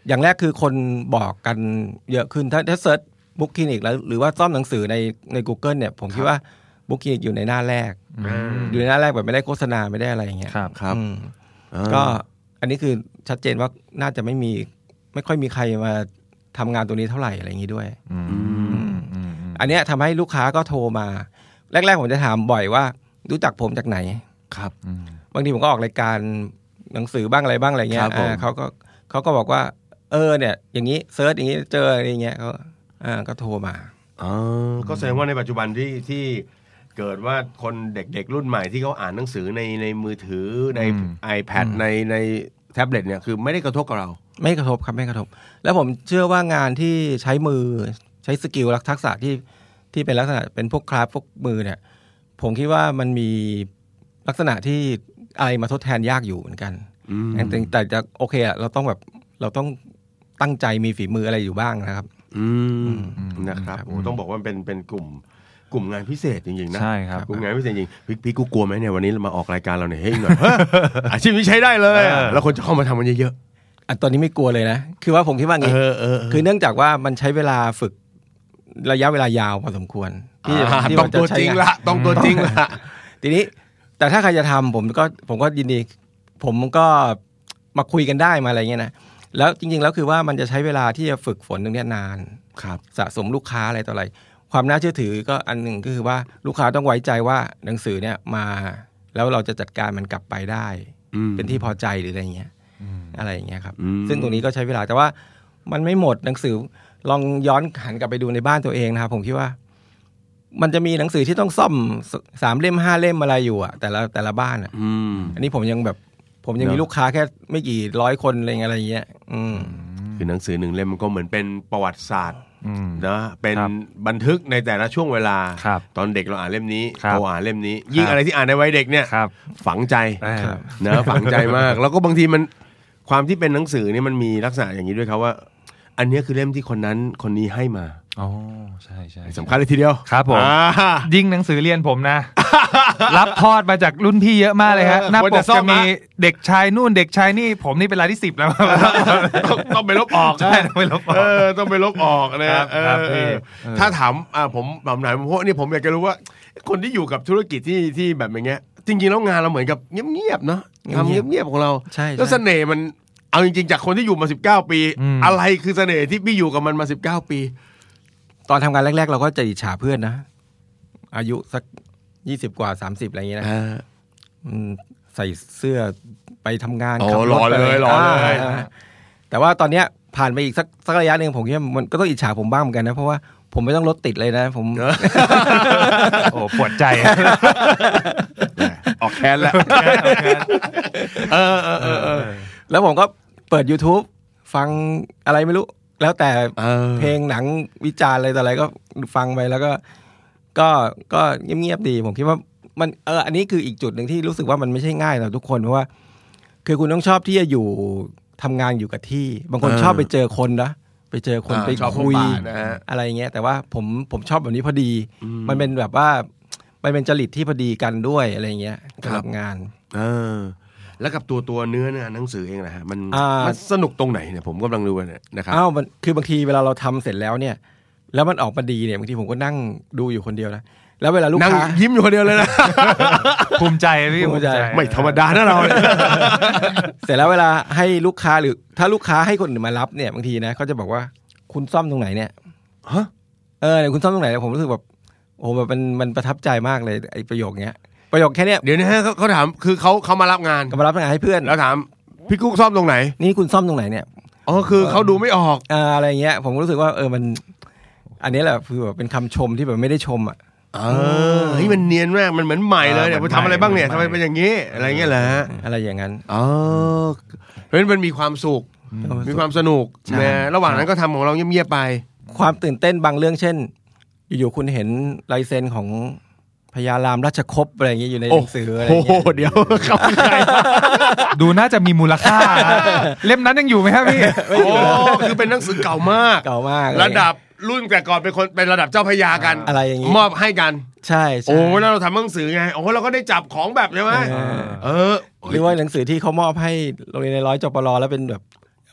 อย่างแรกคือคนบอกกันเยอะขึ้นถ้าถ้าเซิร์ชบุ๊กคลินิกแล้วหรือว่าซ่อมหนังสือในใน Google เนี่ยผมคิดว่าบุ๊กคลินิกอยู่ในหน้าแรกอยู่ในหน้าแรกแบบไม่ได้โฆษณาไม่ได้อะไรอย่างเงี้ยครับครับก็อันนี้คือชัดเจนว่าน่าจะไม่มีไม่ค่อยมีใครมาทำงานตัวนี้เท่าไหร่อะไรอย่างนี้ด้วยอันนี้ทำให้ลูกค้าก็โทรมาแรกๆผมจะถามบ่อยว่ารู้จักผมจากไหนครับบางทีผมก็ออกรายการหนังสือบ้างอะไรบ้างอะไรเงี้ยเขาก็เขาก็บอกว่าเออเนี่ยอย่างนี้เซิร์ชอย่างนี้เจออะไรเงี้ยเขาอ่าก็โทรมาอ๋อก็แสดงว่าในปัจจุบันที่ที่เกิดว่าคนเด็กๆรุ่นใหม่ที่เขาอ่านหนังสือในในมือถือใน iPad ในในแท็บเล็ตเนี่ยคือไม่ได้กระทบกับเราไม่กระทบครับไม่กระทบแล้วผมเชื่อว่างานที่ใช้มือใช้สกิลและทักษะที่ที่เป็นลักษณะเป็นพวกคราฟพวกมือเนี่ยผมคิดว่ามันมีลักษณะที่อะไรมาทดแทนยากอยู่เหมือนกันแต่แต่จะโอเคอะเราต้องแบบเราต้องตั้งใจมีฝีมืออะไรอยู่บ้างนะครับอืมนะครับโอ้ต้องบอกว่าเป็นเป็นกลุ่มกลุ่มงานพิเศษจริงๆนะใช่ครับกลุ่มงานพิเศษจริงพี่พี่กูกลัวไหมเนี่ยวันนี้มาออกรายการเราเนี่ยเฮ้ยหน่อยอาชีพนี้ใช้ได้เลยแล้วคนจะเข้ามาทำมันเยอะๆอันตอนนี้ไม่กลัวเลยนะคือว่าผมคิดว่างี้คือเนื่องจากว่ามันใช้เวลาฝึกระยะเวลายาวพอสมควรที่ต้องตัวจริงละต้องตัวจริงละทีนี้แต่ถ้าใครจะทำผมก็ผมก็ยินดีผมก็มาคุยกันได้มาอะไรเงี้ยนะแล้วจริงๆแล้วคือว่ามันจะใช้เวลาที่จะฝึกฝนตรงนี้นานครับสะสมลูกค้าอะไรต่ออะไรความน่าเชื่อถือก็อันหนึ่งก็คือว่าลูกค้าต้องไว้ใจว่าหนังสือเนี่ยมาแล้วเราจะจัดการมันกลับไปได้เป็นที่พอใจหรืออะไรเงี้ยอะไรอย่างเงี้ยครับซึ่งตรงนี้ก็ใช้เวลาแต่ว่ามันไม่หมดหนังสือลองย้อนหันกลับไปดูในบ้านตัวเองนะครับผมคิดว่ามันจะมีหนังสือที่ต้องซ่อมสามเล่มห้าเล่มอะไรอยู่อะแต่ละแต่ละบ้านอะอันนี้ผมยังแบบผมยังมีลูกค้าแค่ไม่กี่ร้อยคนอะไรเงี้ยอะไรเงี้ยคือหนังสือหนึ่งเล่มมันก็เหมือนเป็นประวัติศาสตร์นะเป็นบันทึกในแต่ละช่วงเวลาตอนเด็กเราอ่านเล่มนี้โตอ่านเล่มนี้ยิ่งอะไรที่อ่านในวัยเด็กเนี่ยฝังใจนะฝังใจมากแล้วก็บางทีมันความที่เป็นหนังสือนี่มันมีลักษณะอย่างนี้ด้วยครับว่าอันนี้คือเล่มที่คนนั้นคนนี้ให้มาอ๋อใช่ใช่สำคัญเลยทีเดียวครับผมยิ่งหนังสือเรียนผมนะ รับทอดมาจากรุ่นพี่เยอะมากเลยฮะหน้าปกจะมีเด็กชายนู่นเด็กชายนี่ผมนี่เป็นรายที่สิบแล้วต้องไปลบออกใช่ต้องไปลบออกเออต้องไปลบออกนะถ้าถามอ่าผมแบบไหนเพราะนี่ผมอยากจะรู้ว่าคนที่อยู่กับธุรกิจที่ที่แบบอย่างเงี้ยจริงๆแล้วงานเราเหมือนกับเงียบๆเนาะทำเงียบๆของเราแล้วเสน่ห์มันเอาจริงๆจากคนที่อยู่มาสิบเก้าปีอะไรคือเสน่ห์ที่พี่อยู่กับมันมาสิบเก้าปีตอนทำงานแรกๆเราก็จะอิจฉาเพื่อนนะอายุสักยี่สิบกว่าสามสิบอะไรอย่างเงี้ยนะใส่เสื้อไปทำงานขับรถเลยรอเลยแต่ว่าตอนเนี้ยผ่านไปอีกสักสักระยะหนึ่งผมคิดว่ามันก็ต้องอิจฉาผมบ้างเหมือนกันนะเพราะว่าผมไม่ต้องรถติดเลยนะผมโอ้ปวดใจออกแค้นแล้วเออเออเออแล้วผมก็เปิด YouTube ฟังอะไรไม่รู้แล้วแต่เพลงหนังวิจารณ์อะไรต่ออะไรก็ฟังไปแล้วก็ก็ก็เงียบๆดีผมคิดว่ามันเอออันนี้คืออีกจุดหนึ่งที่รู้สึกว่ามันไม่ใช่ง่ายสำหรับทุกคนเพราะว่าคือคุณต้องชอบที่จะอยู่ทำงานอยู่กับที่บางคนชอบไปเจอคนนะไปเจอคนไปคุยอะไรเงี้ยแต่ว่าผมผมชอบแบบนี้พอดีมันเป็นแบบว่ามันเป็นจริตที่พอดีกันด้วยอะไรเงี้ยสำหรับงานเออแล้วกับตัวตัวเนื้อเนี่ยหนังสือเองนะฮะมันมันสนุกตรงไหนเนี่ยผมกำลังดูเนี่ยนะครับอ้าวมันคือบางทีเวลาเราทำเสร็จแล้วเนี่ยแล้วมันออกมาดีเนี่ยบางทีผมก็นั่งดูอยู่คนเดียวนะแล้วเวลาลูกค้ายิ้มอยู่คนเดียวเลยนะภูมิใจพี่ภูมิใจไม่ธรรมดานะเราเสร็จแล้วเวลาให้ลูกค้าหรือถ้าลูกค้าให้คนอื่นมารับเนี่ยบางทีนะเขาจะบอกว่าคุณซ่อมตรงไหนเนี่ยฮะเออคุณซ่อมตรงไหนผมรู้สึกแบบโอ้แบบมันมันประทับใจมากเลยไอ้ประโยคเนี้ยประโยคแค่นี้เดี๋ยวนะฮะเขาถามคือเขาเขามารับงานเขามารับงานให้เพื่อนแล้วถามพี่กุ๊กซ่อมตรงไหนนี่คุณซ่อมตรงไหนเนี่ยอ๋อคือเขาดูไม่ออกอะไรเงี้ยผมรู้สึกว่าเออมันอันนี้แหละคือแบบเป็นคำชมที่แบบไม่ได้ชมอ่ะเออเฮ้ยมันเนียนมากมันเหมือนใหม่เลยเนี่ยไปทำอะไรบ้างเนี่ยทำไมเป็นอย่างนี้อะไรเงี้ยแหละอะไรอย่างนั้นอ๋อเพราะฉะนั้นมันมีความสุขมีความสนุกนะระหว่างนั้นก็ทำของเราเงียบๆไปความตื่นเต้นบางเรื่องเช่นอยู่ๆคุณเห็นลายเซ็นของพญารามราชคบอะไรอย่างเงี้ยอยู่ในหนังสืออะไรอย่างเงี้ยโอ้เดี๋ยวเขาดูน่าจะมีมูลค่าเล่มนั้นยังอยู่ไหมครับพี่โอ้คือเป็นหนังสือเก่ามากเก่ามากระดับรุ่นแต่ก่อนเป็นคนเป็นระดับเจ้าพญากันอะไรอย่างงี้มอบให้กันใช่โอ้แล้วเราทำหนังสือไงโอ้เราก็ได้จับของแบบใช่ไหมเออหรือว่าหนังสือที่เขามอบให้โรงเรียนในร้อยจปรแล้วเป็นแบบ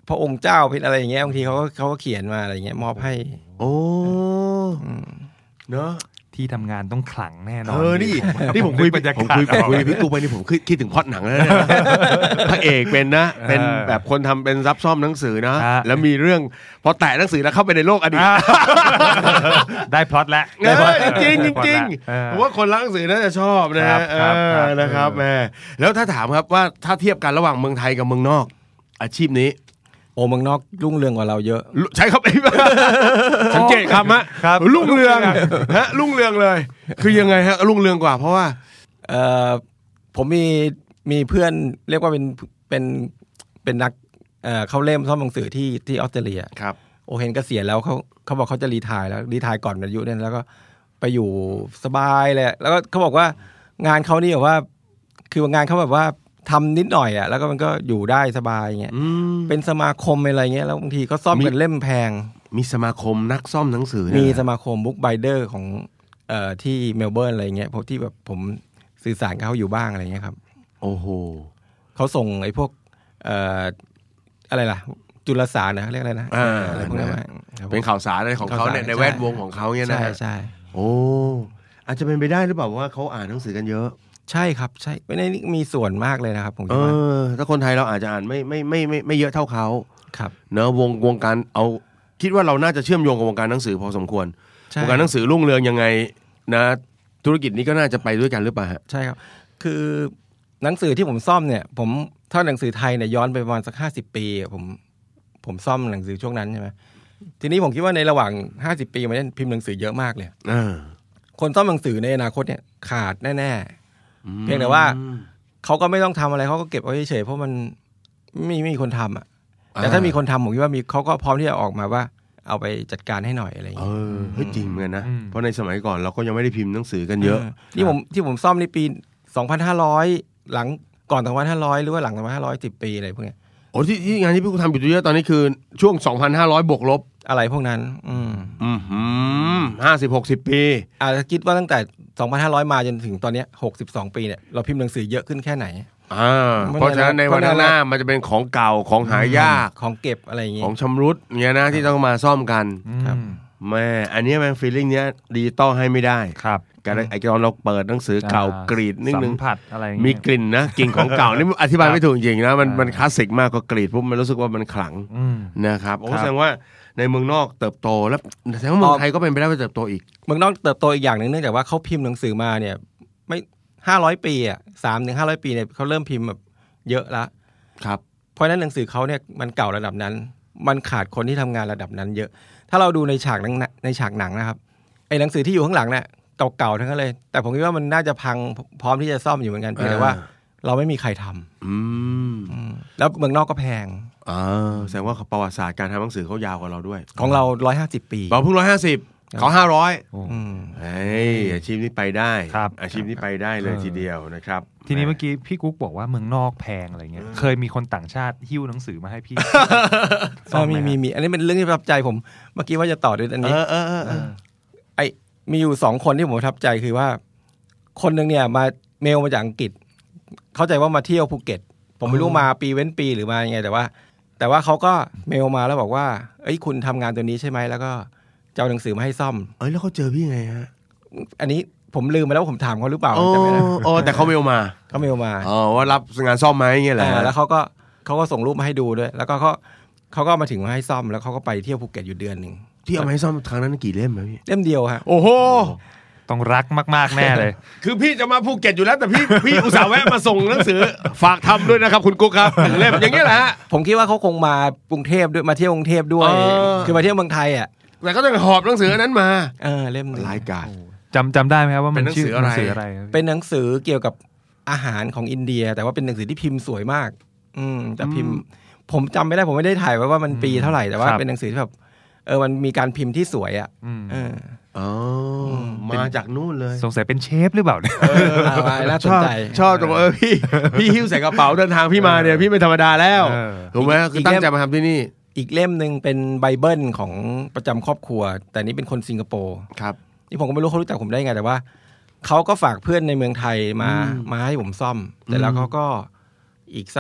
พระองค์เจ้าเป็นอะไรอย่างเงี้ยบางทีเขาก็เขาก็เขียนมาอะไรอย่างเงี้ยมอบให้โอ้เนอะที่ทำงานต้องขลังแน่นอนเออนี่นี่ผมคุยผมคุยผมคุยพี่กูไปนี่ผมคิดถึงพล็อตหนังแล้วนะพระเอกเป็นนะเป็นแบบคนทำเป็นรับซ่อมหนังสือนะแล้วมีเรื่องพอแตะหนังสือแล้วเข้าไปในโลกอดีตได้พล็อตแล้วจริงจริงจริงผมว่าคนรักหนังสือน่าจะชอบนะนะครับแม่แล้วถ้าถามครับว่าถ้าเทียบกันระหว่างเมืองไทยกับเมืองนอกอาชีพนี้โอ้เมืองนอกรุ่งเรืองกว่าเราเยอะใช่ครับไอ้สังเกตครับฮะรุ่งเรืองฮะรุ่งเรืองเลยคือยังไงฮะรุ่งเรืองกว่าเพราะว่าเอ่อผมมีมีเพื่อนเรียกว่าเป็นเป็นเป็นนักเอ่อเขาเล่มซ่อมหนังสือที่ที่ออสเตรเลียครับโอเห็นเกษียณแล้วเขาเขาบอกเขาจะรีไทร์แล้วรีไทร์ก่อนอายุเนี่ยแล้วก็ไปอยู่สบายเลยแล้วก็เขาบอกว่างานเขานี่แบบว่าคืองานเขาแบบว่าทำนิดหน่อยอ่ะแล้วก็มันก็อยู่ได้สบายเงี้ยเป็นสมาคมอะไรเงี้ยแล้วบางทีก็ซ่อมกันเล่มแพงมีสมาคมนักซ่อมหนังสือมีสมาคมบุ๊กไบเดอร์ของเอ่อที่เมลเบิร์นอะไรเงี้ยเพราะที่แบบผมสื่อสารกับเขาอยู่บ้างอะไรเงี้ยครับโอ้โหเขาส่งไอ้พวกเอ่ออะไรล่ะจุลสารนะเรียกอะไรนะอะไรพวกนี้มาเป็นข่าวสารอะไรของเขาเนี่ยในแวดวงของเขาเนี่ยนะใช่ใช่โอ้อาจจะเป็นไปได้หรือเปล่าว่าเขาอ่านหนังสือกันเยอะใช่ครับใช่ไม่ได้มีส่วนมากเลยนะครับผมคิดว่าถ้าคนไทยเราอาจจะอ่านไม่ไม่ไม่ไม่ไม่เยอะเท่าเขาครับเนอะวงวงการเอาคิดว่าเราน่าจะเชื่อมโยงกับวงการหนังสือพอสมควรวงการหนังสือรุ่งเรืองยังไงนะธุรกิจนี้ก็น่าจะไปด้วยกันหรือเปล่าฮะใช่ครับคือหนังสือที่ผมซ่อมเนี่ยผมถ้าหนังสือไทยเนี่ยย้อนไปประมาณสักห้าสิบปีผมผมซ่อมหนังสือช่วงนั้นใช่ไหมทีนี้ผมคิดว่าในระหว่างห้าสิบปีมันพิมพ์หนังสือเยอะมากเลยคนซ่อมหนังสือในอนาคตเนี่ยขาดแน่เพียงแต่ว่าเขาก็ไม่ต้องทำอะไรเขาก็เก็บไว้เฉยเพราะมันไม่มีคนทำอ่ะแต่ถ้ามีคนทำผมคิดว่ามีเขาก็พร้อมที่จะออกมาว่าเอาไปจัดการให้หน่อยอะไรอย่างเงี้ยเฮ้ยจริงเหมือนกันนะเพราะในสมัยก่อนเราก็ยังไม่ได้พิมพ์หนังสือกันเยอะที่ผมที่ผมซ่อมในปีสองพันห้าร้อยหลังก่อนสองพันห้าร้อยหรือว่าหลังสองพันห้าร้อยสิบปีอะไรพวกเนี้ยโอ้ที่ที่งานที่พี่กูทำอยู่เยอะตอนนี้คือช่วงสองพันห้าร้อยบวกลบอะไรพวกนั้นอืมอืมห้าสิบหกสิบปีอาจจะคิดว่าตั้งแต่สองพันห้าร้อยมาจนถึงตอนนี้หกสิบสองปีเนี่ยเราพิมพ์หนังสือเยอะขึ้นแค่ไหนอ่าเพราะฉะนั้นในวันหน้ามันจะเป็นของเก่าของหายากของเก็บอะไรอย่างเงี้ยของชำรุดเงี้ยนะที่ต้องมาซ่อมกันครับแม่อันนี้แม่งฟีลลิ่งเนี้ยดิจิตอลให้ไม่ได้ครับการไอ้ตอนเราเปิดหนังสือเก่ากรีดนิดนึงสัมผัสอะไรมีกลิ่นนะกลิ่นของเก่านี่อธิบายไม่ถูกจริงนะมันมันคลาสสิกมากก็กรีดปุ๊บมันรู้สึกว่ามันขลังนะครับโอ้แสดงว่าในเมืองนอกเติบโตแล้วแสดงว่าเมืองไทยก็เป็นไปได้ว่าเติบโตอีกเมืองนอกเติบโตอีกอย่างนึงเนื่องจากว่าเขาพิมพ์หนังสือมาเนี่ยไม่ห้าร้อยปีอ่ะสามถึงห้าร้อยปีเนี่ยเขาเริ่มพิมพ์แบบเยอะละครับเพราะฉะนั้นหนังสือเขาเนี่ยมันเก่าระดับนั้นมันขาดคนที่ทำงานระดับนั้นเยอะถ้าเราดูในฉากหนังในฉากหนังนะครับไอ้หนังสือที่อยู่ข้างหลังเนี่ยเก่าๆทั้งนั้นเลยแต่ผมคิดว่ามันน่าจะพังพร้อมที่จะซ่อมอยู่เหมือนกันเพียงแต่ว่าเราไม่มีใครทำอืมแล้วเมืองนอกก็แพงอ่าแสดงว่าประวัติศาสตร์การทำหนังสือเขายาวกว่าเราด้วยของเราร้อยห้าสิบปีเราเพิ่งร้อยห้าสิบเขาห้าร้อยเฮ้ยอาชีพนี้ไปได้อาชีพนี้ไปได้เลยทีเดียวนะครับทีนี้เมื่อกี้พี่กุ๊กบอกว่าเมืองนอกแพงอะไรเงี้ยเคยมีคนต่างชาติหิ้วหนังสือมาให้พี่อ๋อมีมีมีอันนี้เป็นเรื่องที่ประทับใจผมเมื่อกี้ว่าจะต่อด้วยอันนี้ไอมีอยู่สองคนที่ผมประทับใจคือว่าคนหนึ่งเนี่ยมาเมลมาจากอังกฤษเข้าใจว่ามาเที่ยวภูเก็ตผมไม่รู้มาปีเว้นปีหรือมายังไงแต่ว่าแต่ว่าเขาก็เมลมาแล้วบอกว่าเอ้ยคุณทำงานตัวนี้ใช่ไหมแล้วก็จะเอาหนังสือมาให้ซ่อมเอ้ยแล้วเขาเจอพี่ไงฮะอันนี้ผมลืมไปแล้วผมถามเขาหรือเปล่าจำไม่ได้อ๋อแต่เขาเมลมาเขาเมลมาอ๋อว่ารับงานซ่อมไหมเงี้ยแหละแล้วเขาก็เขาก็ส่งรูปมาให้ดูด้วยแล้วก็เขาเขาก็มาถึงมาให้ซ่อมแล้วเขาก็ไปเที่ยวภูเก็ตอยู่เดือนนึงที่เอามาให้ซ่อมครั้งนั้นกี่เล่มพี่เล่มเดียวฮะโอ้โหต้องรักมากๆแน่เลยคือพี่จะมาภูเก็ตอยู่แล้วแต่พี่พี่อุตส่าห์แวะมาส่งหนังสือฝากทำด้วยนะครับคุณกุ๊กครับเล่มอย่างเงี้ยแหละผมคิดว่าเขาคงมากรุงเทพด้วยมาเที่ยวกรุงเทพด้วยคือมาเที่ยวเมืองไทยอ่ะแต่ก็ต้องหอบหนังสือนั้นมาเออเล่มรายการจำจำได้ไหมครับว่ามันชื่อหนังสืออะไรเป็นหนังสือเกี่ยวกับอาหารของอินเดียแต่ว่าเป็นหนังสือที่พิมพ์สวยมากอืมแต่พิมพ์ผมจำไม่ได้ผมไม่ได้ถ่ายไว้ว่ามันปีเท่าไหร่แต่ว่าเป็นหนังสือที่แบบเออมันมีการพิมพ์ที่สวยอ่ะเอออ๋อมาจากนู่นเลยสงสัยเป็นเชฟหรือเปล่าเนี่ยน่าสนใจชอบตรงเออพี่พี่หิ้วใส่กระเป๋าเดินทางพี่มาเนี่ยพี่ไม่ธรรมดาแล้วถูกไหมคือตั้งใจมาทำที่นี่อีกเล่มนึงเป็นไบเบิลของประจำครอบครัวแต่นี้เป็นคนสิงคโปร์ครับนี่ผมก็ไม่รู้เขารู้จักผมได้ไงแต่ว่าเขาก็ฝากเพื่อนในเมืองไทยมามาให้ผมซ่อมแต่แล้วเขาก็อีกสัก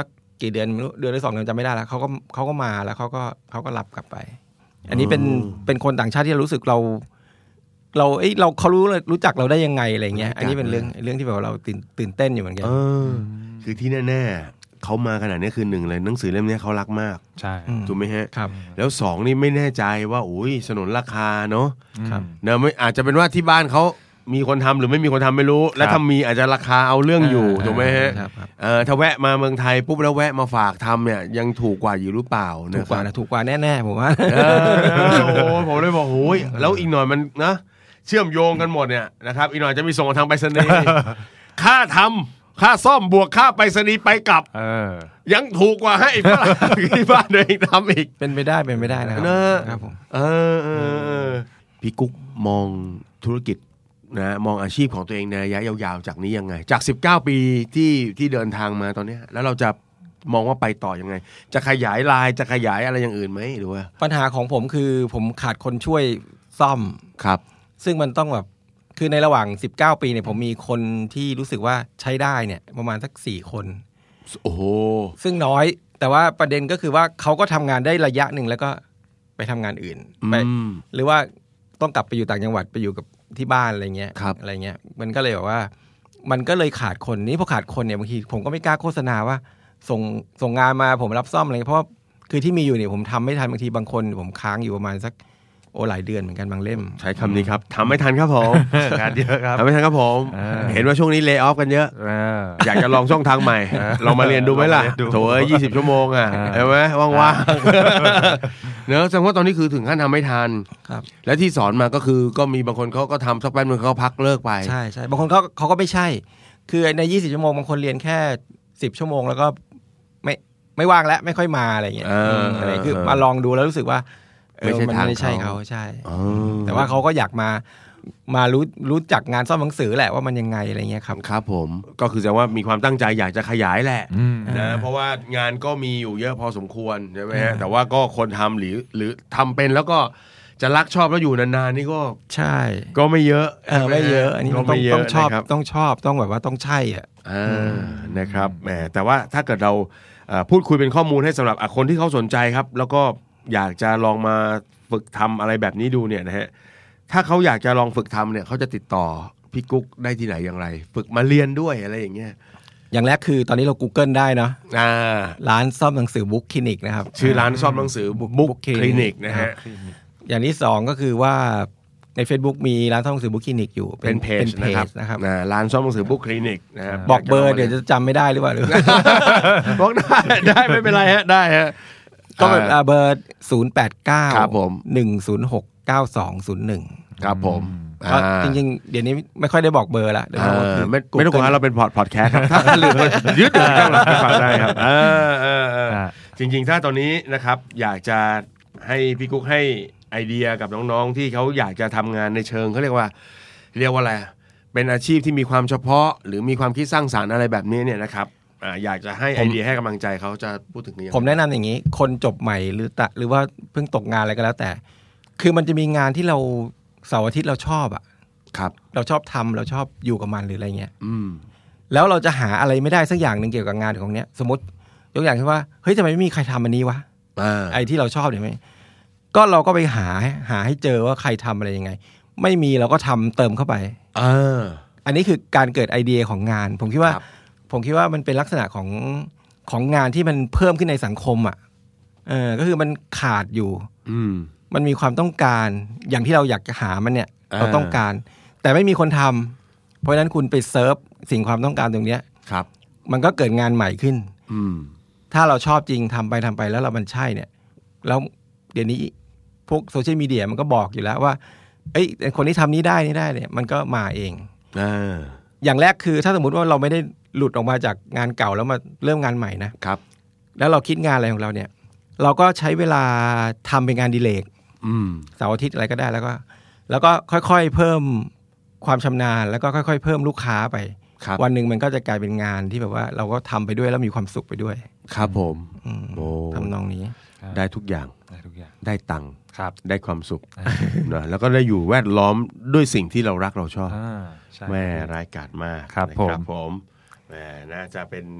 กี่เดือนไม่รู้เดือนหรือสองเดือนจำไม่ได้แล้วเขาก็เขาก็มาแล้วเขาก็เขาก็รับกลับไปอันนี้เป็นเป็นคนต่างชาติที่เรารู้สึกเราเราเอ้ยเราเขารู้รู้จักเราได้ยังไงอะไรเงี้ยอันนี้เป็นเรื่องเรื่องที่แบบเราตื่นตื่นเต้นอยู่เหมือนกันคือที่แน่ๆเขามาขนาดนี้คือหนึ่งเลยหนังสือเล่มนี้เขารักมากใช่ถูกไหมฮะครับแล้วสองนี่ไม่แน่ใจว่าอุ้ยสนนราคาเนาะเนอะไม่อาจจะเป็นว่าที่บ้านเขามีคนทำหรือไม่มีคนทำไม่รู้และถ้ามีอาจจะราคาเอาเรื่องอยู่ถูกไหมฮะเออถ้าแวะมาเมืองไทยปุ๊บแล้วแวะมาฝากทำเนี่ยยังถูกกว่าอยู่หรือเปล่าถูกกว่านะถูกกว่าแน่ๆผมว่าโอ้ผมเลยบอกโอ้ยแล้วอีกหน่อยมันนะเชื่อมโยงกันหมดเนี่ยนะครับอีกหน่อยจะมีส่งทางไปรษณีย์ค่าทำค่าซ่อมบวกค่าไปรษณีย์ไปกลับยังถูกกว่าให้ฝรั่งที่บ้านเองทำอีกเป็นไปได้เป็นไปได้นะครับครับผมเออพี่กุ๊กมองธุรกิจนะมองอาชีพของตัวเองในระยะยาวๆจากนี้ยังไงจากสิบเก้าปีที่ที่เดินทางมาตอนนี้แล้วเราจะมองว่าไปต่อยังไงจะขยายลายจะขยายอะไรอย่างอื่นไหมหรือว่าปัญหาของผมคือผมขาดคนช่วยซ่อมครับซึ่งมันต้องแบบคือในระหว่างสิบเก้าปีเนี่ยผมมีคนที่รู้สึกว่าใช้ได้เนี่ยประมาณสักสี่คนโอ้โหซึ่งน้อยแต่ว่าประเด็นก็คือว่าเขาก็ทำงานได้ระยะหนึ่งแล้วก็ไปทำงานอื่นไปหรือว่าต้องกลับไปอยู่ต่างจังหวัดไปอยู่กับที่บ้านอะไรเงี้ยอะไรเงี้ยมันก็เลยแบบว่ามันก็เลยขาดคนนี้พอขาดคนเนี่ยบางทีผมก็ไม่กล้าโฆษณาว่าส่งส่งงานมาผมรับซ่อมอะไรเพราะคือที่มีอยู่เนี่ยผมทำไม่ทันบางทีบางคนผมค้างอยู่ประมาณสักโอ้หลายเดือนเหมือนกันบางเล่มใช้คำนี้ครับทำไม่ทันครับผมงานเยอะครับทำไม่ทันครับผมเห็นว่าช่วงนี้เลย์ออฟกันเยอะอยากจะลองช่องทางใหม่ลองมาเรียนดูไหมล่ะโถเอ้ยยี่สิบชั่วโมงอ่ะเห็นไหมว่างๆเนอะแสดงว่าตอนนี้คือถึงขั้นทำไม่ทันและที่สอนมาก็คือก็มีบางคนเขาก็ทำสักแป๊บนึงเขาพักเลิกไปใช่ใช่บางคนเขาเขาก็ไม่ใช่คือในยี่สิบชั่วโมงบางคนเรียนแค่สิบชั่วโมงแล้วก็ไม่ไม่ว่างแล้วไม่ค่อยมาอะไรอย่างเงี้ยอะไรคือมาลองดูแล้วรู้สึกว่าไม่ใช่ทางไม่ใช่เขาใช่แต่ว่าเขาก็อยากมามารู้รู้จักงานซ่อมหนังสือแหละว่ามันยังไงอะไรเงี้ยครับครับผมก็คือแสดงว่ามีความตั้งใจอยากจะขยายแหละนะเพราะว่างานก็มีอยู่เยอะพอสมควรใช่ไหมฮะแต่ว่าก็คนทำหรือหรือทำเป็นแล้วก็จะรักชอบแล้วอยู่นานๆนี่ก็ใช่ก็ไม่เยอะเออไม่เยอะอันนี้ต้องต้องชอบต้องชอบต้องแบบว่าต้องใช่อ่ะนะครับแหมแต่ว่าถ้าเกิดเราพูดคุยเป็นข้อมูลให้สำหรับคนที่เขาสนใจครับแล้วก็อยากจะลองมาฝึกทำอะไรแบบนี้ดูเนี่ยนะฮะถ้าเขาอยากจะลองฝึกทำเนี่ยเขาจะติดต่อพี่กุ๊กได้ที่ไหนอย่างไรฝึกมาเรียนด้วยอะไรอย่างเงี้ยอย่างแรกคือตอนนี้เรา Google ได้เนาะร้านซ่อมหนังสือบุ๊กคลินิกนะครับชื่อร้านซ่อมหนังสือบุ๊กคลินิกนะฮะอย่างที่สองก็คือว่าใน Facebook มีร้านซ่อมหนังสือบุ๊กคลินิกอยู่เป็นเพจนะครับร้านซ่อมหนังสือบุ๊กคลินิกนะครับบอกเบอร์เดี๋ยวจะจำไม่ได้หรือเปล่าบอกได้ได้ไม่เป็นไรฮะได้ฮะก็เป็นเบอร์ศูนย์ แปด เก้าครับผมหนึ่ง ศูนย์ หก เก้า สอง ศูนย์ หนึ่งครับผมจริงๆเดี๋ยวนี้ไม่ค่อยได้บอกเบอร์ละเดี๋ยวไม่ไม่ต้องกลัวเราเป็นพอดพอดแคสต์ครับถ้าลืมยืดถึงจังหวะฟังได้ครับเออเออจริงๆถ้าตอนนี้นะครับอยากจะให้พี่กุ๊กให้ไอเดียกับน้องๆที่เขาอยากจะทำงานในเชิงเขาเรียกว่าเรียกว่าอะไรเป็นอาชีพที่มีความเฉพาะหรือมีความคิดสร้างสรรค์อะไรแบบนี้เนี่ยนะครับอยากจะให้ไอเดียให้กำลังใจเขาจะพูดถึงยังไงผมแนะนำอย่างนี้คนจบใหม่หรือตะหรือว่าเพิ่งตกงานอะไรก็แล้วแต่คือมันจะมีงานที่เราเสาร์อาทิตย์เราชอบอ่ะครับเราชอบทำเราชอบอยู่กับมันหรืออะไรเงี้ยอืมแล้วเราจะหาอะไรไม่ได้สักอย่างหนึ่งเกี่ยวกับงานของเนี้ยสมมติยกอย่างที่ว่าเฮ้ยทำไมไม่มีใครทำอันนี้วะไอ้ที่เราชอบเนี่ยไหมก็เราก็ไปหาหาให้เจอว่าใครทำอะไรยังไงไม่มีเราก็ทำเติมเข้าไปเอออันนี้คือการเกิดไอเดียของงานผมคิดว่าผมคิดว่ามันเป็นลักษณะของของงานที่มันเพิ่มขึ้นในสังคมอ่ะเออก็คือมันขาดอยู่อืมมันมีความต้องการอย่างที่เราอยากจะหามันเนี่ยเราต้องการแต่ไม่มีคนทำเพราะฉะนั้นคุณไปเซิร์ฟสิ่งความต้องการตรงเนี้ยครับมันก็เกิดงานใหม่ขึ้นอืมถ้าเราชอบจริงทำไปทำไปแล้วเรามันใช่เนี่ยแล้วเดี๋ยวนี้พวกโซเชียลมีเดียมันก็บอกอยู่แล้วว่าเอ้ยคนที่ทำนี้ได้นี่ได้เนี่ยมันก็มาเองอ่าอย่างแรกคือถ้าสมมติว่าเราไม่ได้หลุดออกมาจากงานเก่าแล้วมาเริ่มงานใหม่นะครับแล้วเราคิดงานอะไรของเราเนี่ยเราก็ใช้เวลาทำเป็นงานดิเลกเสาร์อาทิตย์อะไรก็ได้แล้วก็แล้วก็ค่อยๆเพิ่มความชำนาญแล้วก็ค่อยๆเพิ่มลูกค้าไปวันหนึ่งมันก็จะกลายเป็นงานที่แบบว่าเราก็ทำไปด้วยแล้วมีความสุขไปด้วยครับผมโอ้ทำนองนี้ได้ทุกอย่างได้ทุกอย่างได้ตังค์ครับได้ความสุขนะแล้วก็ได้อยู่แวดล้อมด้วยสิ่งที่เรารักเราชอบแม่รายการมากครับผมผมแม่น่าจะเป็น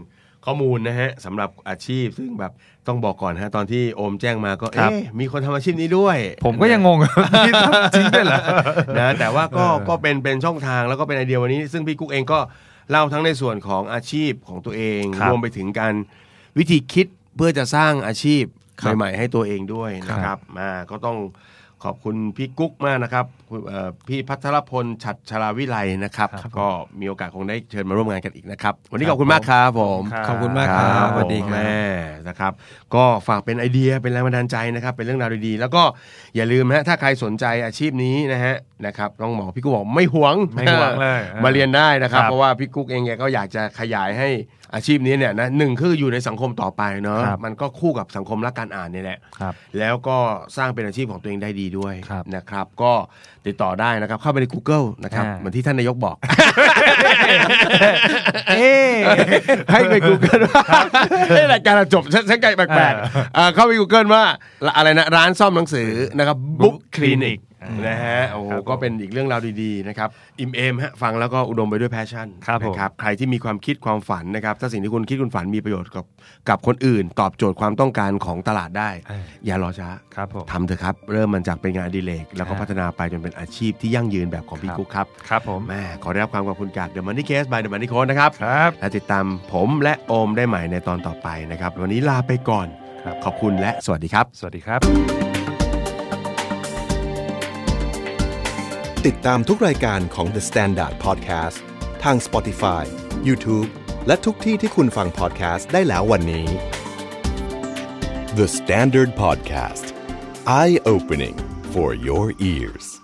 ข้อมูลนะฮะสำหรับอาชีพซึ่งแบบต้องบอกก่อนฮะตอนที่โอมแจ้งมาก็เอ๊ะมีคนทำอาชีพนี้ด้วยผมก็ยังงงที่จริงด้วยเหรอนะแต่ว่าก็ก็เป็นเป็นช่องทางแล้วก็เป็นไอเดียวันนี้ซึ่งพี่กุ๊กเองก็เล่าทั้งในส่วนของอาชีพของตัวเองรวมไปถึงการวิธีคิดเพื่อจะสร้างอาชีพใหม่ๆให้ตัวเองด้วยนะครับมาก็ต้องขอบคุณพี่กุ๊กมากนะครับพี่พัทรพลฉัตรชลาวิไลนะครับก็มีโอกาสคงได้เชิญมาร่วมงานกันอีกนะครับวันนี้ขอบคุณมากครับผมขอบคุณมากครับสวัสดีแม่นะครับก็ฝากเป็นไอเดียเป็นแรงบันดาลใจนะครับเป็นเรื่องราวดีๆแล้วก็อย่าลืมนะถ้าใครสนใจอาชีพนี้นะฮะนะครับต้องบอกพี่กุ๊กบอกไม่หวงไม่หวงเลยมาเรียนได้นะครับเพราะว่าพี่กุ๊กเองแกก็อยากจะขยายให้อาชีพนี้เนี่ยนะหนึ่งคืออยู่ในสังคมต่อไปเนาะมันก็คู่กับสังคมและการอ่านนี่แหละแล้วก็สร้างเป็นอาชีพของตัวเองได้ดีด้วยนะครับก็ติดต่อได้นะครับเข้าไปใน Google นะครับเหมือนที่ท่านนายกบอกให้ไป Google ว่าให้รายการจบฉันไกลแปลกๆเข้าไป Google ว่าอะไรนะร้านซ่อมหนังสือนะครับ Book Clinicนะฮะโอ้โหก็เป็นอีกเรื่องราวดีๆนะครับอิ่มเอมฮะฟังแล้วก็อุดมไปด้วยแพชชั่นนะครับใครที่มีความคิดความฝันนะครับถ้าสิ่งที่คุณคิดคุณฝันมีประโยชน์กับกับคนอื่นตอบโจทย์ความต้องการของตลาดได้อย่ารอช้าทำเถอะครับเริ่มมันจากเป็นงานอดิเรกแล้วก็พัฒนาไปจนเป็นอาชีพที่ยั่งยืนแบบของพี่กุ๊กครับครับผมแม่ขอได้รับความขอบคุณจาก The Money Case by The Money Coach นะครับและติดตามผมและโอมได้ใหม่ในตอนต่อไปนะครับวันนี้ลาไปก่อนขอบคุณและสวัสดีครับสวัสดีครับติดตามทุกรายการของ The Standard Podcast ทาง Spotify, YouTube และทุกที่ที่คุณฟัง podcast ได้แล้ววันนี้ The Standard Podcast Eye Opening for your ears